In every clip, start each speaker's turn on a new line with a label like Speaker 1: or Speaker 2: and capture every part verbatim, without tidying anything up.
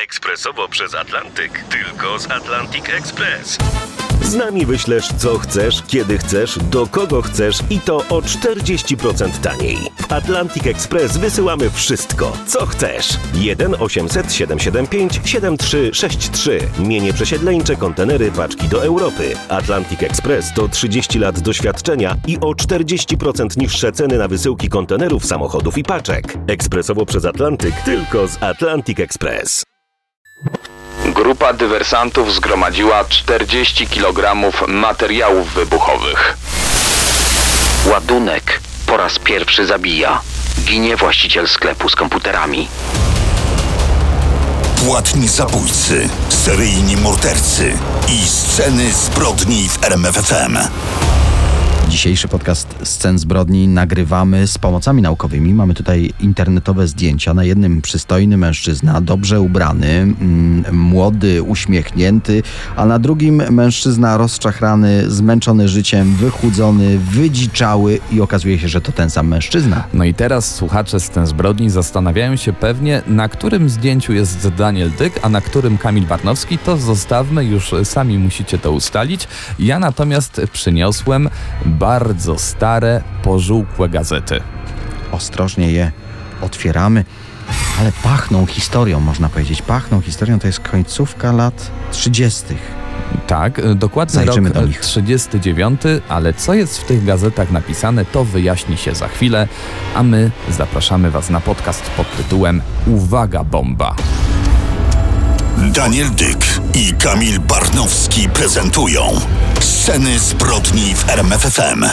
Speaker 1: Ekspresowo przez Atlantyk. Tylko z Atlantic Express. Z nami wyślesz co chcesz, kiedy chcesz, do kogo chcesz i to o czterdzieści procent taniej. W Atlantic Express wysyłamy wszystko, co chcesz. jeden osiemset siedemset siedemdziesiąt pięć siedemdziesiąt trzy sześćdziesiąt trzy. Mienie przesiedleńcze, kontenery, paczki do Europy. Atlantic Express to trzydzieści lat doświadczenia i o czterdzieści procent niższe ceny na wysyłki kontenerów, samochodów i paczek. Ekspresowo przez Atlantyk, tylko z Atlantic Express.
Speaker 2: Grupa dywersantów zgromadziła czterdzieści kilogramów materiałów wybuchowych.
Speaker 3: Ładunek po raz pierwszy zabija. Ginie właściciel sklepu z komputerami.
Speaker 4: Płatni zabójcy, seryjni mordercy i sceny zbrodni w R M F F M.
Speaker 5: Dzisiejszy podcast Scen zbrodni nagrywamy z pomocami naukowymi. Mamy tutaj internetowe zdjęcia. Na jednym przystojny mężczyzna, dobrze ubrany, mm, młody, uśmiechnięty, a na drugim mężczyzna rozczachrany, zmęczony życiem, wychudzony, wydziczały i okazuje się, że to ten sam mężczyzna.
Speaker 6: No i teraz słuchacze Scen zbrodni zastanawiają się pewnie, na którym zdjęciu jest Daniel Dyk, a na którym Kamil Barnowski. To zostawmy, już sami musicie to ustalić. Ja natomiast przyniosłem bardzo stare, pożółkłe gazety.
Speaker 5: Ostrożnie je otwieramy, ale pachną historią, można powiedzieć. Pachną historią, to jest końcówka lat trzydziestych.
Speaker 6: Tak, dokładnie
Speaker 5: Zajrzymy
Speaker 6: rok
Speaker 5: do nich.
Speaker 6: trzydziesty dziewiąty, ale co jest w tych gazetach napisane, to wyjaśni się za chwilę, a my zapraszamy Was na podcast pod tytułem Uwaga, bomba!
Speaker 4: Daniel Dyk i Kamil Barnowski prezentują Sceny zbrodni w R M F F M.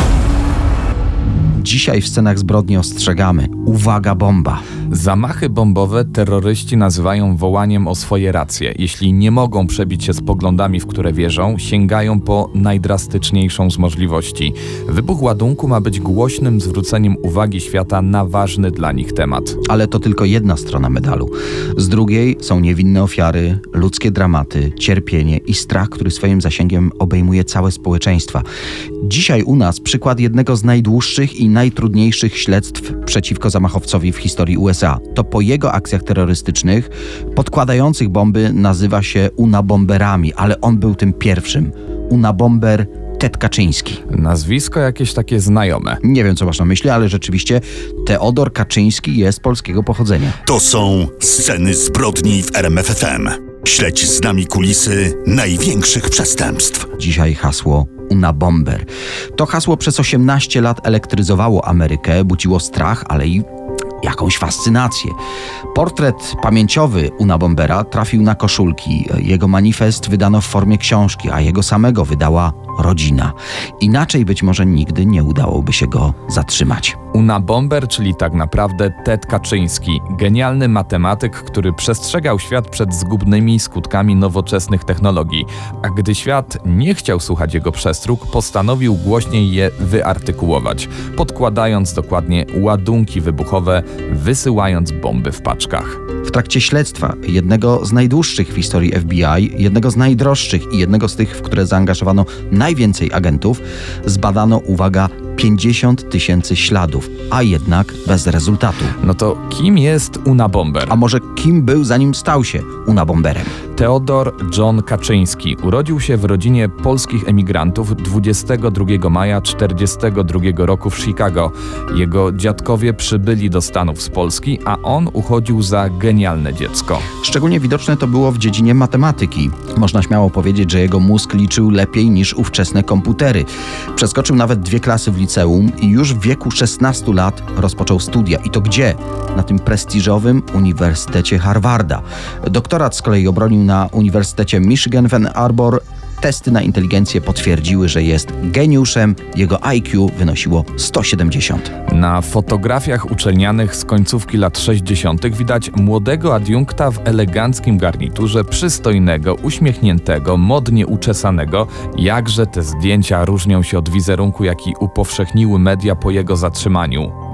Speaker 5: Dzisiaj w Scenach zbrodni ostrzegamy. Uwaga, bomba!
Speaker 6: Zamachy bombowe terroryści nazywają wołaniem o swoje racje. Jeśli nie mogą przebić się z poglądami, w które wierzą, sięgają po najdrastyczniejszą z możliwości. Wybuch ładunku ma być głośnym zwróceniem uwagi świata na ważny dla nich temat.
Speaker 5: Ale to tylko jedna strona medalu. Z drugiej są niewinne ofiary, ludzkie dramaty, cierpienie i strach, który swoim zasięgiem obejmuje całe społeczeństwa. Dzisiaj u nas przykład jednego z najdłuższych i najtrudniejszych śledztw przeciwko zamachowcowi w historii U S A. To po jego akcjach terrorystycznych podkładających bomby nazywa się unabomberami, ale on był tym pierwszym. Unabomber Ted Kaczyński.
Speaker 6: Nazwisko jakieś takie znajome.
Speaker 5: Nie wiem, co masz na myśli, ale rzeczywiście Teodor Kaczyński jest polskiego pochodzenia.
Speaker 4: To są Sceny zbrodni w R M F F M. Śledź z nami kulisy największych przestępstw.
Speaker 5: Dzisiaj hasło Unabomber. To hasło przez osiemnaście lat elektryzowało Amerykę, budziło strach, ale i jakąś fascynację. Portret pamięciowy Unabombera trafił na koszulki. Jego manifest wydano w formie książki, a jego samego wydała rodzina. Inaczej być może nigdy nie udałoby się go zatrzymać.
Speaker 6: Unabomber, czyli tak naprawdę Ted Kaczyński, genialny matematyk, który przestrzegał świat przed zgubnymi skutkami nowoczesnych technologii. A gdy świat nie chciał słuchać jego przestróg, postanowił głośniej je wyartykułować, podkładając dokładnie ładunki wybuchowe, wysyłając bomby w paczkach.
Speaker 5: W trakcie śledztwa, jednego z najdłuższych w historii F B I, jednego z najdroższych i jednego z tych, w które zaangażowano najwięcej agentów, zbadano, uwaga, pięćdziesiąt tysięcy śladów, a jednak bez rezultatu.
Speaker 6: No to kim jest Unabomber?
Speaker 5: A może kim był, zanim stał się Unabomberem?
Speaker 6: Teodor John Kaczyński urodził się w rodzinie polskich emigrantów dwudziestego drugiego maja czterdziestego drugiego roku w Chicago. Jego dziadkowie przybyli do Stanów z Polski, a on uchodził za genialne dziecko.
Speaker 5: Szczególnie widoczne to było w dziedzinie matematyki. Można śmiało powiedzieć, że jego mózg liczył lepiej niż ówczesne komputery. Przeskoczył nawet dwie klasy w liceum i już w wieku szesnastu lat rozpoczął studia. I to gdzie? Na tym prestiżowym Uniwersytecie Harvarda. Doktorat z kolei obronił na Uniwersytecie Michigan w Ann Arbor. Testy na inteligencję potwierdziły, że jest geniuszem. Jego I Q wynosiło sto siedemdziesiąt.
Speaker 6: Na fotografiach uczelnianych z końcówki lat sześćdziesiątych widać młodego adiunkta w eleganckim garniturze, przystojnego, uśmiechniętego, modnie uczesanego. Jakże te zdjęcia różnią się od wizerunku, jaki upowszechniły media po jego zatrzymaniu.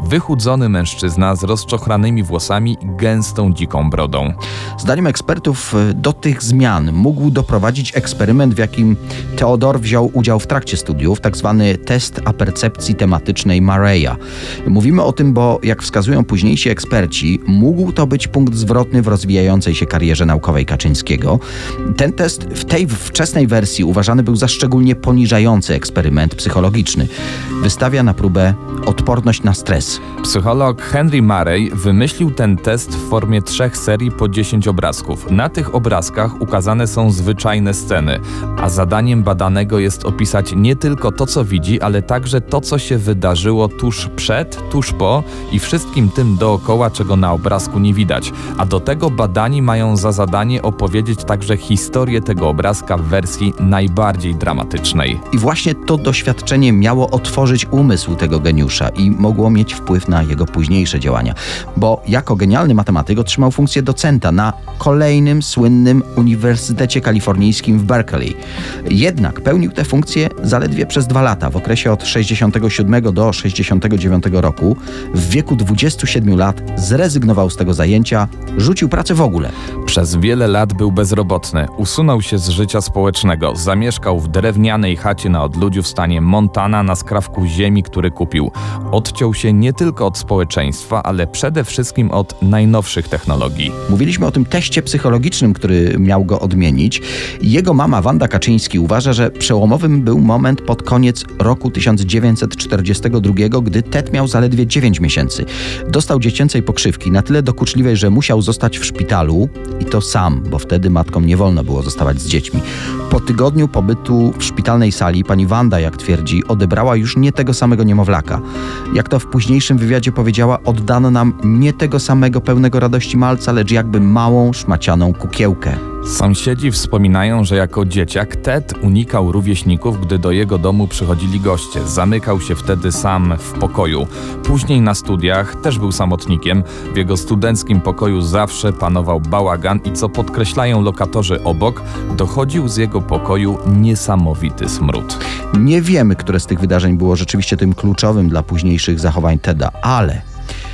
Speaker 6: Wychudzony mężczyzna z rozczochranymi włosami i gęstą dziką brodą.
Speaker 5: Zdaniem ekspertów do tych zmian mógł doprowadzić eksperyment, w jakim Theodor wziął udział w trakcie studiów, tak zwany test apercepcji tematycznej Mareya. Mówimy o tym, bo jak wskazują późniejsi eksperci, mógł to być punkt zwrotny w rozwijającej się karierze naukowej Kaczyńskiego. Ten test w tej wczesnej wersji uważany był za szczególnie poniżający eksperyment psychologiczny. Wystawia na próbę odporność na stres.
Speaker 6: Psycholog Henry Marey wymyślił ten test w formie trzech serii po dziesięć obrazków. Na tych obrazkach ukazane są zwyczajne sceny, a zadaniem badanego jest opisać nie tylko to, co widzi, ale także to, co się wydarzyło tuż przed, tuż po i wszystkim tym dookoła, czego na obrazku nie widać. A do tego badani mają za zadanie opowiedzieć także historię tego obrazka w wersji najbardziej dramatycznej.
Speaker 5: I właśnie to doświadczenie miało otworzyć umysł tego geniusza i mogło mieć wpływ na jego późniejsze działania, bo jako genialny matematyk otrzymał funkcję docenta na kolejnym słynnym Uniwersytecie Kalifornijskim w Berkeley. Jednak pełnił tę funkcję zaledwie przez dwa lata, w okresie od sześćdziesiątego siódmego do sześćdziesiątego dziewiątego roku. W wieku dwudziestu siedmiu lat zrezygnował z tego zajęcia, rzucił pracę w ogóle.
Speaker 6: Przez wiele lat był bezrobotny, usunął się z życia społecznego, zamieszkał w drewnianej chacie na odludziu w stanie Montana na skrawku ziemi, który kupił. Odciął się nie tylko od społeczeństwa, ale przede wszystkim od najnowszych technologii.
Speaker 5: Mówiliśmy o tym teście psychologicznym, który miał go odmienić. Jego mama Wanda Kaczyński uważa, że przełomowym był moment pod koniec roku tysiąc dziewięćset czterdziestego drugiego, gdy Ted miał zaledwie dziewięć miesięcy. Dostał dziecięcej pokrzywki, na tyle dokuczliwej, że musiał zostać w szpitalu i to sam, bo wtedy matkom nie wolno było zostawać z dziećmi. Po tygodniu pobytu w szpitalnej sali pani Wanda, jak twierdzi, odebrała już nie tego samego niemowlaka. Jak to w późniejszym wywiadzie powiedziała, oddano nam nie tego samego pełnego radości malca, lecz jakby małą, szmacianą kukiełkę.
Speaker 6: Sąsiedzi wspominają, że jako dzieciak Ted unikał rówieśników, gdy do jego domu przychodzili goście. Zamykał się wtedy sam w pokoju. Później na studiach też był samotnikiem. W jego studenckim pokoju zawsze panował bałagan i co podkreślają lokatorzy obok, dochodził z jego pokoju niesamowity smród.
Speaker 5: Nie wiemy, które z tych wydarzeń było rzeczywiście tym kluczowym dla późniejszych zachowań Teda, ale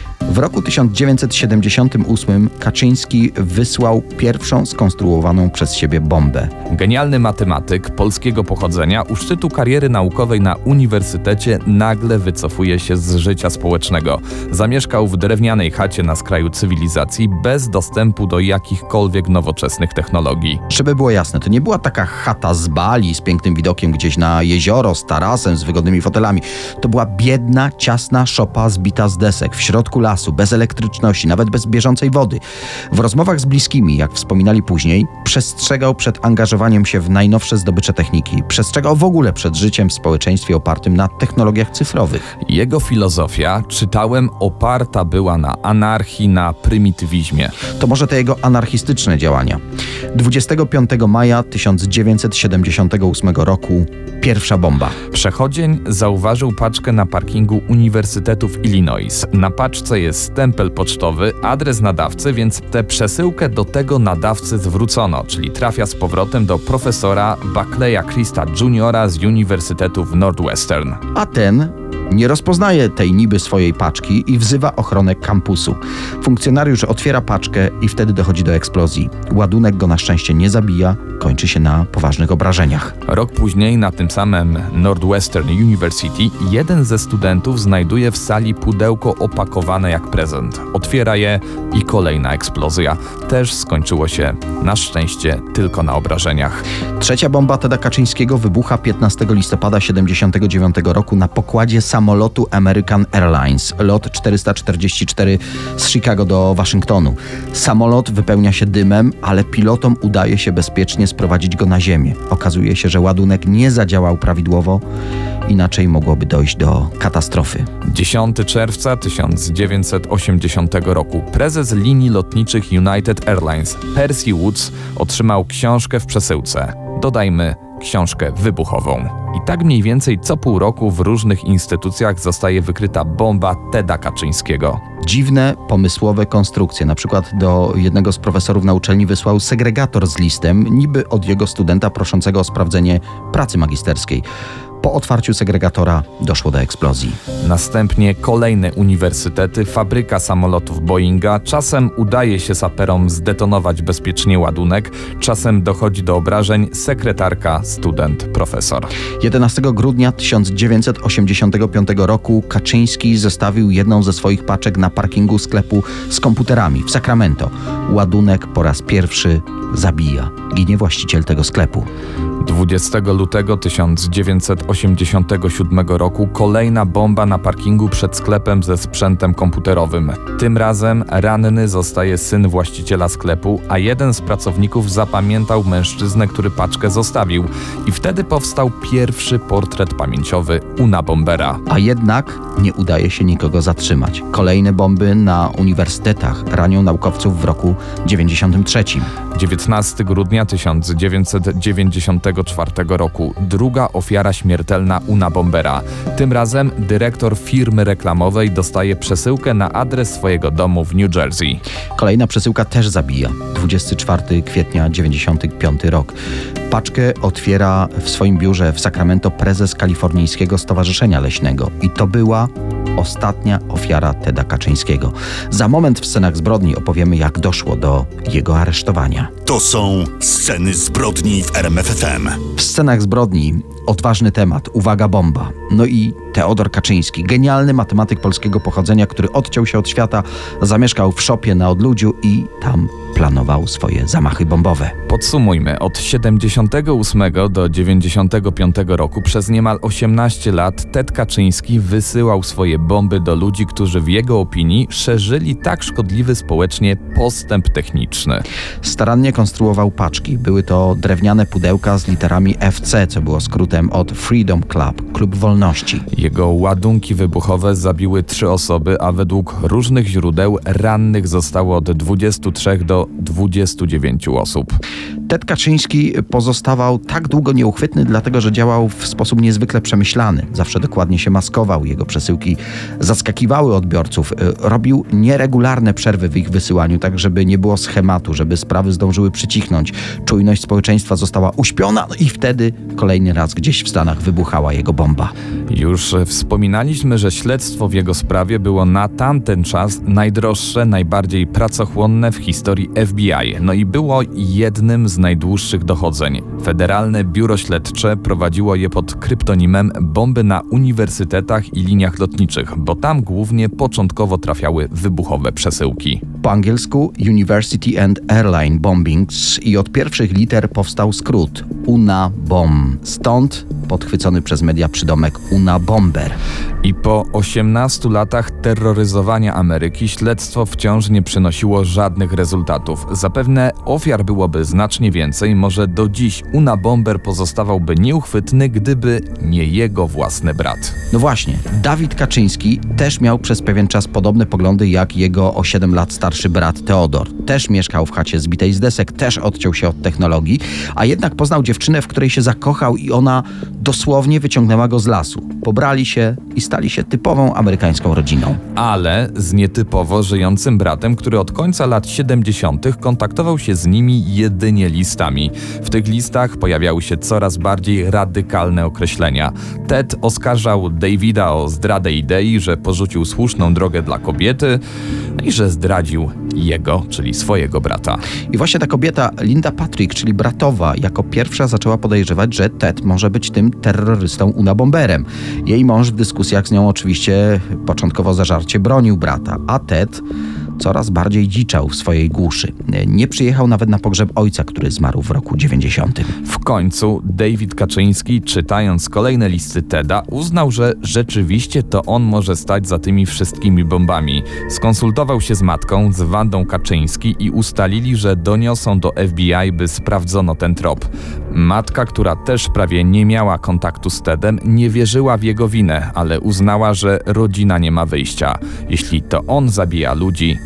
Speaker 5: w roku tysiąc dziewięćset siedemdziesiątym ósmym Kaczyński wysłał pierwszą skonstruowaną przez siebie bombę.
Speaker 6: Genialny matematyk polskiego pochodzenia u szczytu kariery naukowej na uniwersytecie nagle wycofuje się z życia społecznego. Zamieszkał w drewnianej chacie na skraju cywilizacji bez dostępu do jakichkolwiek nowoczesnych technologii.
Speaker 5: Żeby było jasne, to nie była taka chata z Bali z pięknym widokiem gdzieś na jezioro, z tarasem, z wygodnymi fotelami. To była biedna, ciasna szopa zbita z desek w środku lasu, bez elektryczności, nawet bez bieżącej wody. W rozmowach z bliskimi, jak wspominali później, przestrzegał przed angażowaniem się w najnowsze zdobycze techniki. Przestrzegał w ogóle przed życiem w społeczeństwie opartym na technologiach cyfrowych.
Speaker 6: Jego filozofia, czytałem, oparta była na anarchii, na prymitywizmie.
Speaker 5: To może te jego anarchistyczne działania. dwudziestego piątego maja tysiąc dziewięćset siedemdziesiątego ósmego roku pierwsza bomba.
Speaker 6: Przechodzień zauważył paczkę na parkingu Uniwersytetu w Illinois. Na paczce jest stempel pocztowy, adres nadawcy, więc tę przesyłkę do tego nadawcy zwrócono, czyli trafia z powrotem do profesora Buckleya Christa juniora z Uniwersytetu w Northwestern.
Speaker 5: A ten nie rozpoznaje tej niby swojej paczki i wzywa ochronę kampusu. Funkcjonariusz otwiera paczkę i wtedy dochodzi do eksplozji. Ładunek go na szczęście nie zabija, kończy się na poważnych obrażeniach.
Speaker 6: Rok później na tym samym Northwestern University jeden ze studentów znajduje w sali pudełko opakowane jak prezent. Otwiera je i kolejna eksplozja. Też skończyło się na szczęście tylko na obrażeniach.
Speaker 5: Trzecia bomba Teda Kaczyńskiego wybucha piętnastego listopada siedemdziesiątego dziewiątego roku na pokładzie samolotu American Airlines, lot czterysta czterdzieści cztery z Chicago do Waszyngtonu. Samolot wypełnia się dymem, ale pilotom udaje się bezpiecznie sprowadzić go na ziemię. Okazuje się, że ładunek nie zadziałał prawidłowo, inaczej mogłoby dojść do katastrofy.
Speaker 6: dziesiątego czerwca tysiąc dziewięćset osiemdziesiątego roku prezes linii lotniczych United Airlines Percy Woods otrzymał książkę w przesyłce. Dodajmy, książkę wybuchową. I tak mniej więcej co pół roku w różnych instytucjach zostaje wykryta bomba Teda Kaczyńskiego.
Speaker 5: Dziwne, pomysłowe konstrukcje. Na przykład do jednego z profesorów na uczelni wysłał segregator z listem, niby od jego studenta proszącego o sprawdzenie pracy magisterskiej. Po otwarciu segregatora doszło do eksplozji.
Speaker 6: Następnie kolejne uniwersytety, fabryka samolotów Boeinga. Czasem udaje się saperom zdetonować bezpiecznie ładunek, czasem dochodzi do obrażeń sekretarka, student, profesor.
Speaker 5: jedenastego grudnia tysiąc dziewięćset osiemdziesiątego piątego roku Kaczyński zostawił jedną ze swoich paczek na parkingu sklepu z komputerami w Sacramento. Ładunek po raz pierwszy zabija. Ginie właściciel tego sklepu.
Speaker 6: dwudziestego lutego tysiąc dziewięćset osiemdziesiątego siódmego roku kolejna bomba na parkingu przed sklepem ze sprzętem komputerowym. Tym razem ranny zostaje syn właściciela sklepu, a jeden z pracowników zapamiętał mężczyznę, który paczkę zostawił. I wtedy powstał pierwszy portret pamięciowy Unabombera.
Speaker 5: A jednak nie udaje się nikogo zatrzymać. Kolejne bomby na uniwersytetach ranią naukowców w roku dziewięćdziesiątym trzecim.
Speaker 6: dziewiętnastego grudnia tysiąc dziewięćset dziewięćdziesiątego czwartego roku. Druga ofiara śmiertelna Unabombera. Tym razem dyrektor firmy reklamowej dostaje przesyłkę na adres swojego domu w New Jersey.
Speaker 5: Kolejna przesyłka też zabija. dwudziestego czwartego kwietnia dziewięćdziesiątego piątego rok. Paczkę otwiera w swoim biurze w Sacramento prezes Kalifornijskiego Stowarzyszenia Leśnego. I to była ostatnia ofiara Teda Kaczyńskiego. Za moment w scenach zbrodni opowiemy, jak doszło do jego aresztowania.
Speaker 4: To są sceny zbrodni w R M F F M.
Speaker 5: W scenach zbrodni odważny temat, uwaga, bomba. No i Teodor Kaczyński, genialny matematyk polskiego pochodzenia, który odciął się od świata, zamieszkał w szopie na odludziu i tam planował swoje zamachy bombowe.
Speaker 6: Podsumujmy, od siedemdziesiątego ósmego do dziewięćdziesiątego piątego roku przez niemal osiemnaście lat Ted Kaczyński wysyłał swoje bomby do ludzi, którzy w jego opinii szerzyli tak szkodliwy społecznie postęp techniczny.
Speaker 5: Starannie konstruował paczki. Były to drewniane pudełka z literami F C, co było skrótem od Freedom Club, Klub Wolności.
Speaker 6: Jego ładunki wybuchowe zabiły trzy osoby, a według różnych źródeł rannych zostało od dwudziestu trzech do dwudziestu dziewięciu osób.
Speaker 5: Ted Kaczyński pozostawał tak długo nieuchwytny, dlatego że działał w sposób niezwykle przemyślany. Zawsze dokładnie się maskował. Jego przesyłki zaskakiwały odbiorców. Robił nieregularne przerwy w ich wysyłaniu, tak żeby nie było schematu, żeby sprawy zdążyły przycichnąć. Czujność społeczeństwa została uśpiona, no i wtedy kolejny raz gdzieś w Stanach wybuchała jego bomba.
Speaker 6: Już wspominaliśmy, że śledztwo w jego sprawie było na tamten czas najdroższe, najbardziej pracochłonne w historii F B I. No i było jednym z najdłuższych dochodzeń. Federalne Biuro Śledcze prowadziło je pod kryptonimem bomby na uniwersytetach i liniach lotniczych, bo tam głównie początkowo trafiały wybuchowe przesyłki.
Speaker 5: Po angielsku University and Airline Bombings i od pierwszych liter powstał skrót Unabomb. Stąd podchwycony przez media przydomek Unabomber.
Speaker 6: I po osiemnastu latach terroryzowania Ameryki śledztwo wciąż nie przynosiło żadnych rezultatów. Zapewne ofiar byłoby znacznie więcej, może do dziś Unabomber pozostawałby nieuchwytny, gdyby nie jego własny brat.
Speaker 5: No właśnie, Dawid Kaczyński też miał przez pewien czas podobne poglądy jak jego o siedem lat starszy brat Teodor. Też mieszkał w chacie zbitej z desek, też odciął się od technologii, a jednak poznał dziewczynę, w której się zakochał i ona dosłownie wyciągnęła go z lasu. Pobrali się i stali się typową amerykańską rodziną.
Speaker 6: Ale z nietypowo żyjącym bratem, który od końca lat siedemdziesiątych kontaktował się z nimi jedynie listami. W tych listach pojawiały się coraz bardziej radykalne określenia. Ted oskarżał Davida o zdradę idei, że porzucił słuszną drogę dla kobiety i że zdradził jego, czyli swojego brata.
Speaker 5: I właśnie ta kobieta, Linda Patrick, czyli bratowa, jako pierwsza zaczęła podejrzewać, że Ted może być tym terrorystą Unabomberem. Jej mąż w dyskusjach z nią oczywiście początkowo zażarcie bronił brata, a Ted coraz bardziej dziczał w swojej głuszy. Nie przyjechał nawet na pogrzeb ojca, który zmarł w roku dziewięćdziesiątym.
Speaker 6: W końcu David Kaczyński, czytając kolejne listy Teda, uznał, że rzeczywiście to on może stać za tymi wszystkimi bombami. Skonsultował się z matką, z Wandą Kaczyński i ustalili, że doniosą do F B I, by sprawdzono ten trop. Matka, która też prawie nie miała kontaktu z Tedem, nie wierzyła w jego winę, ale uznała, że rodzina nie ma wyjścia. Jeśli to on zabija ludzi,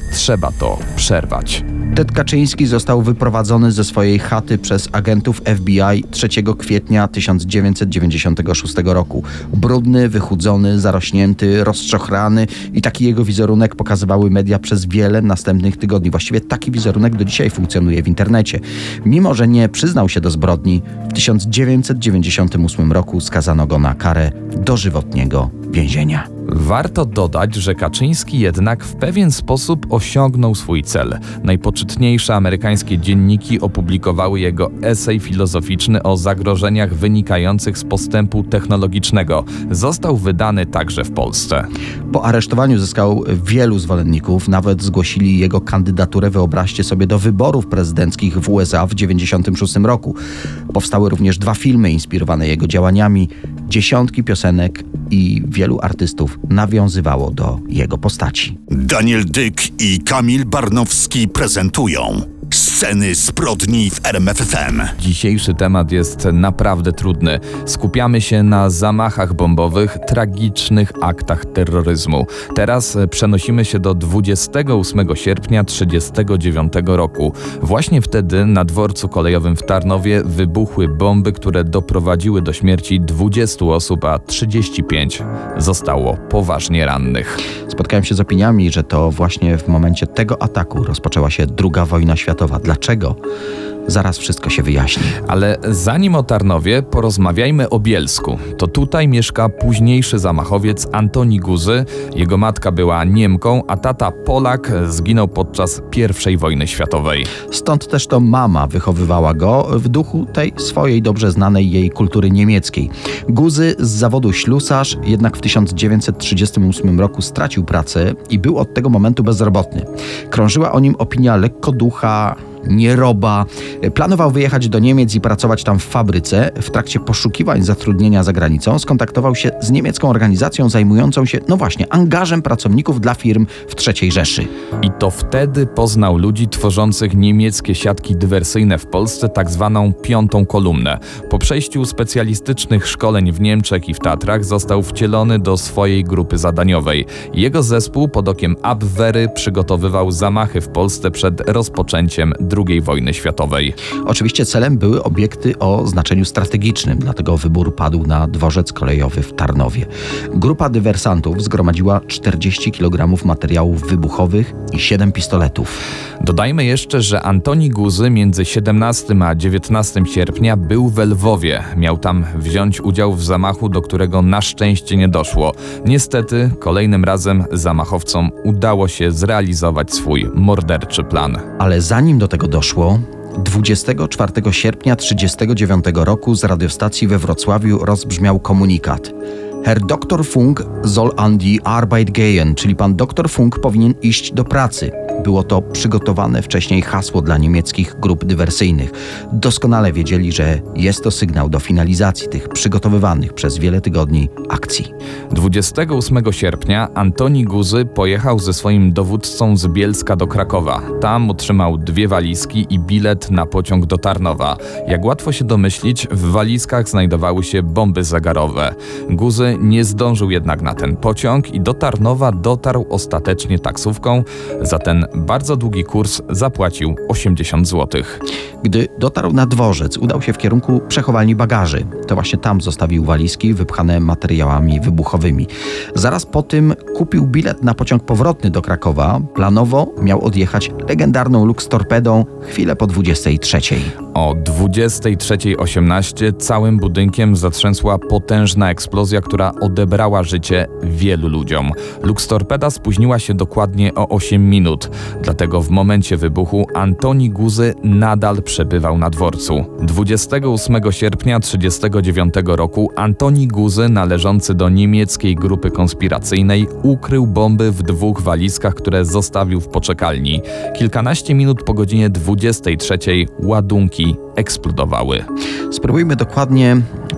Speaker 6: trzeba to przerwać.
Speaker 5: Ted Kaczyński został wyprowadzony ze swojej chaty przez agentów F B I trzeciego kwietnia tysiąc dziewięćset dziewięćdziesiątego szóstego roku. Brudny, wychudzony, zarośnięty, rozczochrany i taki jego wizerunek pokazywały media przez wiele następnych tygodni. Właściwie taki wizerunek do dzisiaj funkcjonuje w internecie. Mimo że nie przyznał się do zbrodni, w tysiąc dziewięćset dziewięćdziesiątym ósmym roku skazano go na karę dożywotniego więzienia.
Speaker 6: Warto dodać, że Kaczyński jednak w pewien sposób osiągnął swój cel. Najpoczytniejsze amerykańskie dzienniki opublikowały jego esej filozoficzny o zagrożeniach wynikających z postępu technologicznego. Został wydany także w Polsce.
Speaker 5: Po aresztowaniu zyskał wielu zwolenników, nawet zgłosili jego kandydaturę, wyobraźcie sobie, do wyborów prezydenckich w U S A w tysiąc dziewięćset dziewięćdziesiątym szóstym roku. Powstały również dwa filmy inspirowane jego działaniami, dziesiątki piosenek i wielu artystów nawiązywało do jego postaci.
Speaker 4: Daniel Dyk i Kamil Barnowski prezentują Sceny zbrodni w R M F F M.
Speaker 6: Dzisiejszy temat jest naprawdę trudny. Skupiamy się na zamachach bombowych, tragicznych aktach terroryzmu. Teraz przenosimy się do dwudziestego ósmego sierpnia tysiąc dziewięćset trzydziestego dziewiątego roku. Właśnie wtedy na dworcu kolejowym w Tarnowie wybuchły bomby, które doprowadziły do śmierci dwudziestu osób, a trzydzieści pięć zostało poważnie rannych.
Speaker 5: Spotkałem się z opiniami, że to właśnie w momencie tego ataku rozpoczęła się druga wojna światowa. Dlaczego? Zaraz wszystko się wyjaśni.
Speaker 6: Ale zanim o Tarnowie, porozmawiajmy o Bielsku. To tutaj mieszka późniejszy zamachowiec Antoni Guzy. Jego matka była Niemką, a tata Polak zginął podczas pierwszej wojny światowej.
Speaker 5: Stąd też to mama wychowywała go w duchu tej swojej dobrze znanej jej kultury niemieckiej. Guzy z zawodu ślusarz, jednak w tysiąc dziewięćset trzydziestym ósmym roku stracił pracę i był od tego momentu bezrobotny. Krążyła o nim opinia lekkoducha, nieroba. Planował wyjechać do Niemiec i pracować tam w fabryce. W trakcie poszukiwań zatrudnienia za granicą skontaktował się z niemiecką organizacją zajmującą się, no właśnie, angażem pracowników dla firm w trzeciej Rzeszy.
Speaker 6: I to wtedy poznał ludzi tworzących niemieckie siatki dywersyjne w Polsce, tak zwaną piątą kolumnę. Po przejściu specjalistycznych szkoleń w Niemczech i w Tatrach został wcielony do swojej grupy zadaniowej. Jego zespół pod okiem Abwehry przygotowywał zamachy w Polsce przed rozpoczęciem drugiej wojny światowej.
Speaker 5: Oczywiście celem były obiekty o znaczeniu strategicznym, dlatego wybór padł na dworzec kolejowy w Tarnowie. Grupa dywersantów zgromadziła czterdzieści kilogramów materiałów wybuchowych i siedem pistoletów.
Speaker 6: Dodajmy jeszcze, że Antoni Guzy między siedemnastego a dziewiętnastego sierpnia był we Lwowie. Miał tam wziąć udział w zamachu, do którego na szczęście nie doszło. Niestety, kolejnym razem zamachowcom udało się zrealizować swój morderczy plan.
Speaker 5: Ale zanim do tego doszło, dwudziestego czwartego sierpnia tysiąc dziewięćset trzydziestego dziewiątego roku z radiostacji we Wrocławiu rozbrzmiał komunikat. Herr Doktor Funk soll an die Arbeit gehen, czyli pan doktor Funk powinien iść do pracy. Było to przygotowane wcześniej hasło dla niemieckich grup dywersyjnych. Doskonale wiedzieli, że jest to sygnał do finalizacji tych przygotowywanych przez wiele tygodni akcji.
Speaker 6: dwudziestego ósmego sierpnia Antoni Guzy pojechał ze swoim dowódcą z Bielska do Krakowa. Tam otrzymał dwie walizki i bilet na pociąg do Tarnowa. Jak łatwo się domyślić, w walizkach znajdowały się bomby zagarowe. Guzy nie zdążył jednak na ten pociąg i do Tarnowa dotarł ostatecznie taksówką. Za ten bardzo długi kurs zapłacił osiemdziesiąt złotych.
Speaker 5: Gdy dotarł na dworzec, udał się w kierunku przechowalni bagaży. To właśnie tam zostawił walizki wypchane materiałami wybuchowymi. Zaraz po tym kupił bilet na pociąg powrotny do Krakowa. Planowo miał odjechać legendarną Lux Torpedą chwilę po dwudziestej trzeciej.
Speaker 6: O dwudziestej trzeciej osiemnaście całym budynkiem zatrzęsła potężna eksplozja, która odebrała życie wielu ludziom. Lux Torpeda spóźniła się dokładnie o osiem minut. Dlatego w momencie wybuchu Antoni Guzy nadal przebywał na dworcu. dwudziestego ósmego sierpnia tysiąc dziewięćset trzydziestego dziewiątego roku Antoni Guzy, należący do niemieckiej grupy konspiracyjnej, ukrył bomby w dwóch walizkach, które zostawił w poczekalni. Kilkanaście minut po godzinie dwudziestej trzeciej ładunki eksplodowały.
Speaker 5: Spróbujmy dokładnie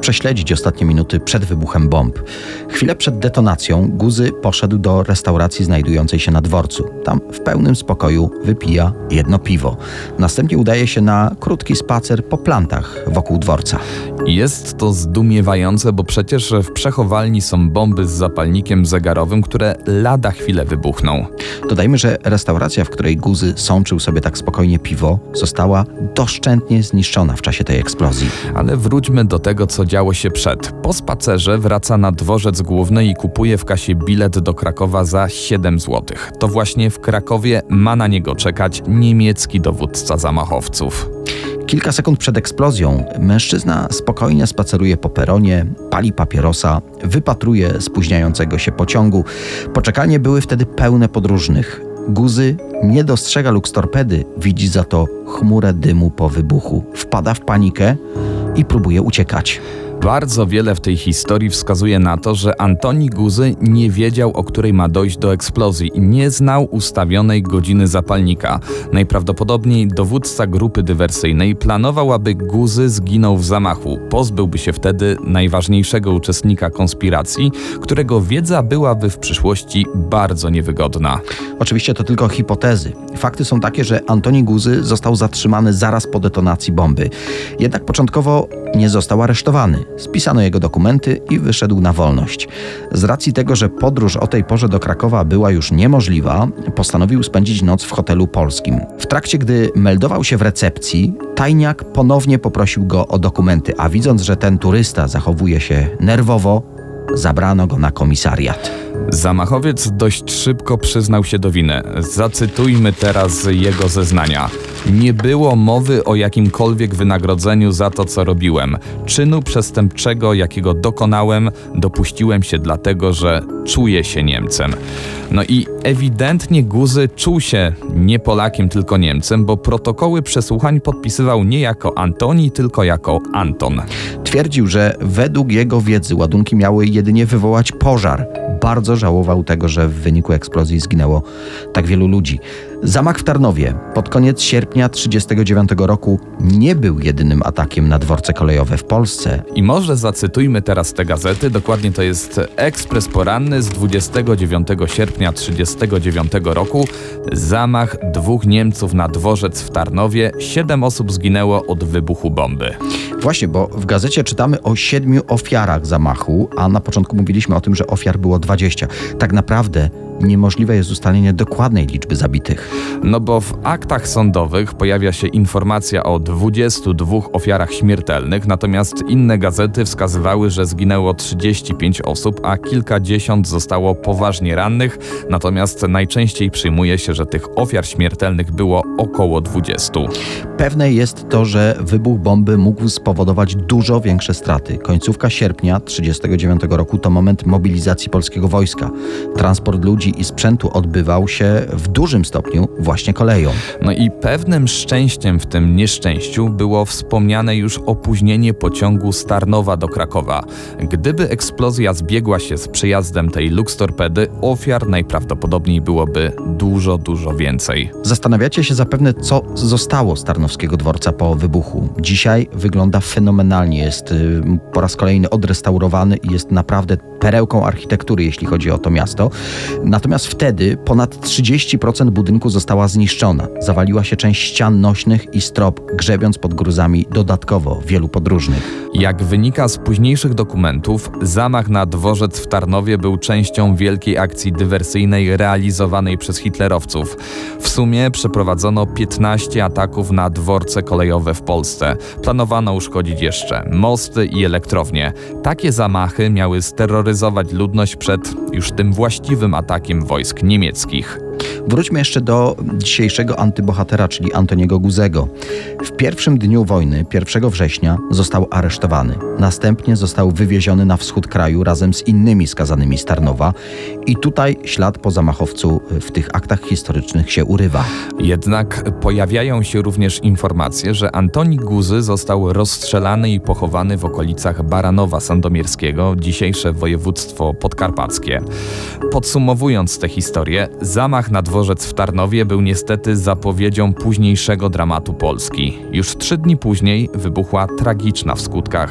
Speaker 5: prześledzić ostatnie minuty przed wybuchem bomb. Chwilę przed detonacją Guzy poszedł do restauracji znajdującej się na dworcu. Tam w pełnym spokoju wypija jedno piwo. Następnie udaje się na krótki spacer po plantach wokół dworca.
Speaker 6: Jest to zdumiewające, bo przecież w przechowalni są bomby z zapalnikiem zegarowym, które lada chwilę wybuchną.
Speaker 5: Dodajmy, że restauracja, w której Guzy sączył sobie tak spokojnie piwo, została doszczętnie zniszczona w czasie tej eksplozji.
Speaker 6: Ale wróćmy do tego, co działo się przed. Po spacerze wraca na dworzec główny i kupuje w kasie bilet do Krakowa za siedem złotych. To właśnie w Krakowie ma na niego czekać niemiecki dowódca zamachowców.
Speaker 5: Kilka sekund przed eksplozją mężczyzna spokojnie spaceruje po peronie, pali papierosa, wypatruje spóźniającego się pociągu. Poczekalnie były wtedy pełne podróżnych. Guzy nie dostrzega lukstorpedy, widzi za to chmurę dymu po wybuchu. Wpada w panikę i próbuje uciekać.
Speaker 6: Bardzo wiele w tej historii wskazuje na to, że Antoni Guzy nie wiedział, o której ma dojść do eksplozji i nie znał ustawionej godziny zapalnika. Najprawdopodobniej dowódca grupy dywersyjnej planował, aby Guzy zginął w zamachu. Pozbyłby się wtedy najważniejszego uczestnika konspiracji, którego wiedza byłaby w przyszłości bardzo niewygodna.
Speaker 5: Oczywiście to tylko hipotezy. Fakty są takie, że Antoni Guzy został zatrzymany zaraz po detonacji bomby. Jednak początkowo nie został aresztowany. Spisano jego dokumenty i wyszedł na wolność. Z racji tego, że podróż o tej porze do Krakowa była już niemożliwa, postanowił spędzić noc w hotelu polskim. W trakcie, gdy meldował się w recepcji, tajniak ponownie poprosił go o dokumenty, a widząc, że ten turysta zachowuje się nerwowo, zabrano go na komisariat.
Speaker 6: Zamachowiec dość szybko przyznał się do winy. Zacytujmy teraz jego zeznania. Nie było mowy o jakimkolwiek wynagrodzeniu za to, co robiłem. Czynu przestępczego, jakiego dokonałem, dopuściłem się dlatego, że czuję się Niemcem. No i ewidentnie Guzy czuł się nie Polakiem, tylko Niemcem, bo protokoły przesłuchań podpisywał nie jako Antoni, tylko jako Anton.
Speaker 5: Twierdził, że według jego wiedzy ładunki miały jedynie wywołać pożar. Bardzo żałował tego, że w wyniku eksplozji zginęło tak wielu ludzi. Zamach w Tarnowie pod koniec sierpnia tysiąc dziewięćset trzydziestego dziewiątego roku nie był jedynym atakiem na dworce kolejowe w Polsce.
Speaker 6: I może zacytujmy teraz te gazety. Dokładnie to jest Ekspres Poranny z dwudziestego dziewiątego sierpnia tysiąc dziewięćset trzydziestego dziewiątego roku. Zamach dwóch Niemców na dworzec w Tarnowie. Siedem osób zginęło od wybuchu bomby.
Speaker 5: Właśnie, bo w gazecie czytamy o siedmiu ofiarach zamachu, a na początku mówiliśmy o tym, że ofiar było dwadzieścia. Tak naprawdę niemożliwe jest ustalenie dokładnej liczby zabitych.
Speaker 6: No bo w aktach sądowych pojawia się informacja o dwudziestu dwóch ofiarach śmiertelnych, natomiast inne gazety wskazywały, że zginęło trzydzieści pięć osób, a kilkadziesiąt zostało poważnie rannych, natomiast najczęściej przyjmuje się, że tych ofiar śmiertelnych było około dwudziestu.
Speaker 5: Pewne jest to, że wybuch bomby mógł spowodować dużo większe straty. Końcówka sierpnia tysiąc dziewięćset trzydziestego dziewiątego roku to moment mobilizacji polskiego wojska. Transport ludzi i sprzętu odbywał się w dużym stopniu właśnie koleją.
Speaker 6: No i pewnym szczęściem w tym nieszczęściu było wspomniane już opóźnienie pociągu z Tarnowa do Krakowa. Gdyby eksplozja zbiegła się z przyjazdem tej lukstorpedy, ofiar najprawdopodobniej byłoby dużo, dużo więcej.
Speaker 5: Zastanawiacie się zapewne, co zostało z tarnowskiego dworca po wybuchu. Dzisiaj wygląda fenomenalnie. Jest y, po raz kolejny odrestaurowany i jest naprawdę perełką architektury, jeśli chodzi o to miasto. Natomiast wtedy ponad trzydzieści procent budynku została zniszczona. Zawaliła się część ścian nośnych i strop, grzebiąc pod gruzami dodatkowo wielu podróżnych.
Speaker 6: Jak wynika z późniejszych dokumentów, zamach na dworzec w Tarnowie był częścią wielkiej akcji dywersyjnej realizowanej przez hitlerowców. W sumie przeprowadzono piętnaście ataków na dworce kolejowe w Polsce. Planowano uszkodzić jeszcze mosty i elektrownie. Takie zamachy miały steroryzować ludność przed już tym właściwym atakiem wojsk niemieckich.
Speaker 5: Wróćmy jeszcze do dzisiejszego antybohatera, czyli Antoniego Guzego. W pierwszym dniu wojny, pierwszego września, został aresztowany. Następnie został wywieziony na wschód kraju razem z innymi skazanymi z Tarnowa i tutaj ślad po zamachowcu w tych aktach historycznych się urywa.
Speaker 6: Jednak pojawiają się również informacje, że Antoni Guzy został rozstrzelany i pochowany w okolicach Baranowa Sandomierskiego, dzisiejsze województwo podkarpackie. Podsumowując tę historię, zamach na dworzec w Tarnowie był niestety zapowiedzią późniejszego dramatu Polski. Już trzy dni później wybuchła tragiczna w skutkach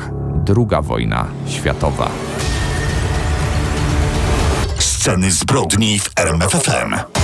Speaker 6: druga wojna światowa.
Speaker 4: Sceny zbrodni w R M F F M.